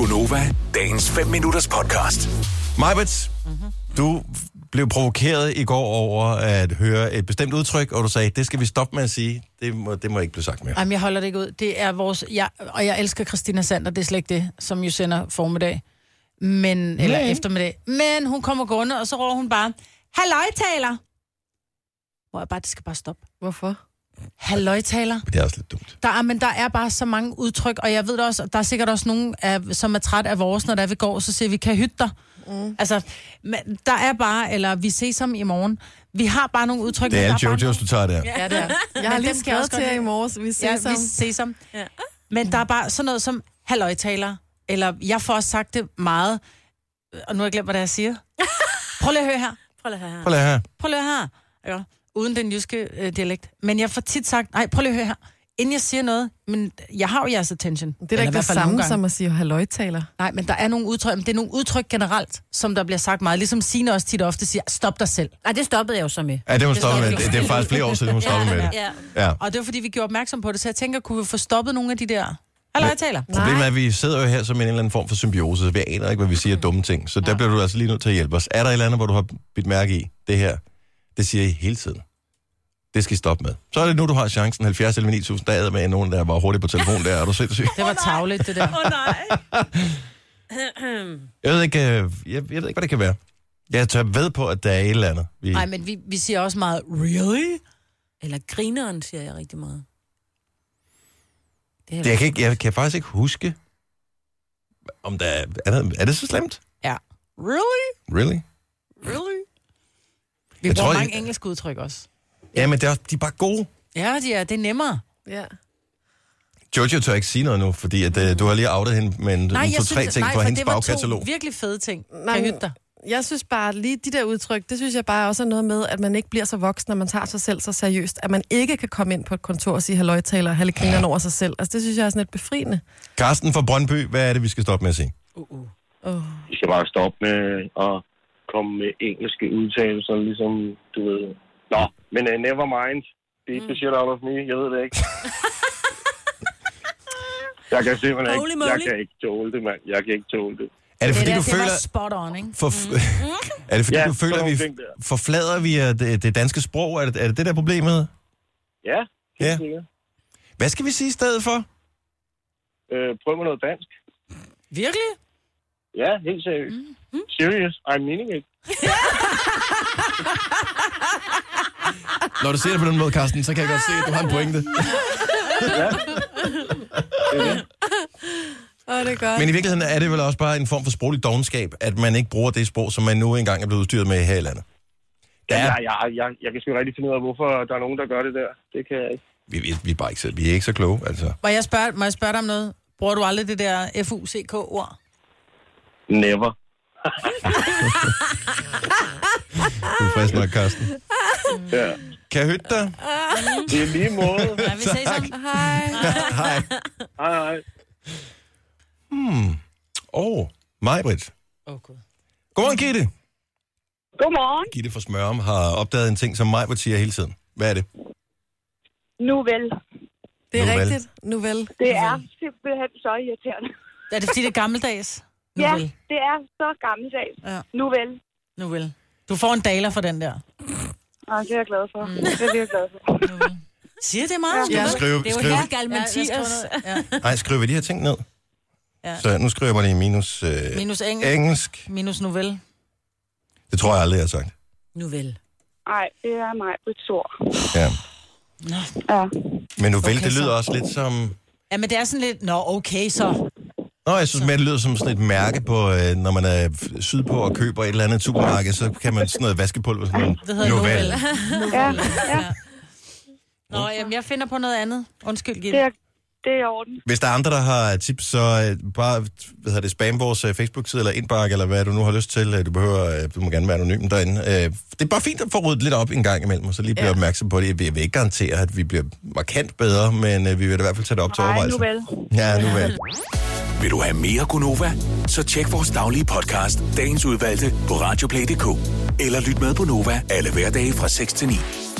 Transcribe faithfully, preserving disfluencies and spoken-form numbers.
Gunova, dagens fem minutters podcast. Majbert, mm-hmm. du blev provokeret i går over at høre et bestemt udtryk, og du sagde, det skal vi stoppe med at sige. Det må, det må ikke blive sagt mere. Jamen, jeg holder det ikke ud. Det er vores... Jeg, og jeg elsker Christina Sander, det er slet ikke det, som jo sender formiddag. Men, eller Nej. eftermiddag. Men hun kommer gående, og så råber hun bare, halløjtaler! Hvor jeg bare, det skal bare stoppe. Hvorfor? Halløjtaler. Det er også lidt dumt. Der er, men der er bare så mange udtryk, og jeg ved det også, der er sikkert også nogen, af, som er træt af vores, når der vi går, så siger vi, kan hytte dig. Mm. Altså, men der er bare, eller vi ses om i morgen. Vi har bare nogle udtryk. Det er alle bare... Jojos, du tager der. Ja, det er. Jeg har lige skrevet til jer i morges, vi ses ja, om. vi ses om. Ja. Men der er bare sådan noget som halløjtaler, eller jeg får også sagt det meget, og nu har jeg glemt, hvad det er, jeg siger. Prøv lige at høre her. Prøv lige at høre her. Prøv lige her. Prøv lige at høre her. Ja, uden den jyske øh, dialekt. Men jeg får tit sagt, nej, prøv lige at høre her. Inden jeg siger noget, men jeg har jo jeres attention. Det er da ikke det samme som at sige halløjtaler. Nej, men der er nogle udtryk, men det er nogle udtryk generelt, som der bliver sagt meget. Ligesom Signe også tit og ofte siger, stop dig selv. Nej, det stoppede jeg jo så med. Ja, det var stoppet med. Det Det, det er faktisk flere år siden, hun stoppede med det. Ja. Ja. Og det var fordi, vi gjorde opmærksom på det, så jeg tænker, kunne vi få stoppet nogle af de der halløjtaler? Problemet er, at vi sidder jo her som en eller anden form for symbiose, så vi aner ikke, hvad vi siger dumme ting. Så der bliver du altså lige nødt til at hjælpe os. Er der et eller andet, hvor du har bidt mærke i det her? Det siger I hele tiden. Det skal I stoppe med. Så er det nu, du har chancen. halvfjerds eller ni tusind, der er med nogen, der var hurtigt på telefon der. Er du sindssyg? Det var tavligt, det der. Åh, oh, nej. Jeg ved ikke, jeg, jeg ved ikke, hvad det kan være. Jeg tør ved på, at der er et eller andet. Vi... Nej, men vi, vi siger også meget, really? Eller grineren, siger jeg rigtig meget. Det jeg, kan ikke, jeg kan faktisk ikke huske, om der er... Er det, er det så slemt? Ja. Really? Really? Really? Vi Jeg bruger tror, mange jeg- engelske udtryk også. Ja, men det er, de er bare gode. Ja, de er, det er nemmere. Ja. Jojo tør ikke sige noget nu, fordi at, mm. du har lige outet hende med en, Nej, en jeg to-tre synes, ting nej, fra for hendes det var bagkatalog. to virkelig fede ting. Nej, Kan hytte dig. Jeg synes bare, lige de der udtryk, det synes jeg bare også er noget med, at man ikke bliver så voksen, når man tager sig selv så seriøst, at man ikke kan komme ind på et kontor og sige halløjtaler og halve grinerne over sig selv. Altså, det synes jeg er sådan lidt befriende. Karsten fra Brøndby, hvad er det, vi skal stoppe med at sige? Uh-uh. Oh. Vi skal bare stoppe med at komme med engelske udtalelser, ligesom, du ved... Nå, men uh, never mind. Det er ikke shit out of me, jeg ved det ikke. jeg kan simpelthen Holy ikke, moly. jeg kan ikke tåle det, mand. Jeg kan ikke tåle det. Er det fordi, det, der, du det føler... var spot on, ikke? For... er det fordi, Ja, du føler, sådan at vi nogle ting der. forflader vi uh, det, det danske sprog? Er det, er det det der problemet? Ja, Ja. helt sikkert. Hvad skal vi sige i stedet for? Øh, prøv med noget dansk. Virkelig? Ja, helt seriøst. Mm. Serious, I'm meaning it. Når du siger det på den måde, Karsten, så kan jeg godt se, at du har en pointe. Ja. Åh, oh, det er godt. Men i virkeligheden er det vel også bare en form for sproglig dovenskab, at man ikke bruger det sprog, som man nu engang er blevet udstyret med her i landet. Der Ja, er... jeg, jeg, jeg, jeg kan sgu ikke rigtig finde ud af, hvorfor der er nogen, der gør det der. Det kan jeg ikke. Vi, vi, vi, er bare ikke, så- vi er ikke så kloge, altså. Må jeg spørge, må jeg spørge dig om noget? Bruger du aldrig det der F U C K-ord? Never. Du er frisk nok, Karsten. Ja. Kan jeg hytte dig? Det er lige måde. Ja, vi ses om. Hej. Hej. Hej, hej. Hmm. Åh, oh, Majbrit. Åh, Gud. Godmorgen, Gitte. Godmorgen. Gitte fra Smørum har opdaget en ting, som Majbrit siger hele tiden. Hvad er det? Nu vel. Det er Nu vel. rigtigt. Nu vel. Det er simpelthen så irriterende. Er det fordi, det er gammeldags? Nu Ja, vel. det er så gammeldags. Ja. Nu vel. Nu vel. Du får en daler for den der. Og det er jeg glad for. Mm. Det er jeg glad for. Nu vel. Siger det meget? Ja. Skriv, Det er jo skriv, helt galt, Ja, jeg Mathias. skriver noget. Ja. nej, skriver vi de her ting ned? Ja. Så nu skriver jeg bare lige minus, øh, Minus engelsk. engelsk. Minus novel. Det tror jeg aldrig, jeg har sagt. Nu vel. Nej, det er mig på et ord. Ja. Nå. Ja. Men nu vel, Okay, det lyder så. også lidt som... Ja, men det er sådan lidt... Nå, okay, så. Nå, jeg synes mere, det lyder som sådan et mærke på, øh, når man er f- sydpå og køber et eller andet supermarked, så kan man sådan noget vaskepulver, sådan noget. Det hedder Novel. novel. Ja, ja. Ja. Nå, jamen, jeg finder på noget andet. Undskyld, Det Gitte. er, det er i orden. Hvis der er andre, der har tips, så øh, bare hvad hedder det, spam vores øh, Facebook-side eller indbakke, eller hvad du nu har lyst til. Øh, Du behøver, øh, du må gerne være anonym derinde. Øh, det er bare fint at få ryddet lidt op en gang imellem, og så lige blive Ja. opmærksom på det. Jeg vil, jeg vil ikke garantere, at vi bliver markant bedre, men øh, vi vil da i hvert fald tage det op til Nej, overvejelse. nu vel. Ja, nu vel. Vil du have mere Gunova? Så tjek vores daglige podcast, dagens udvalgte, på radioplay punktum d k. Eller lyt med på Nova alle hverdage fra seks til ni.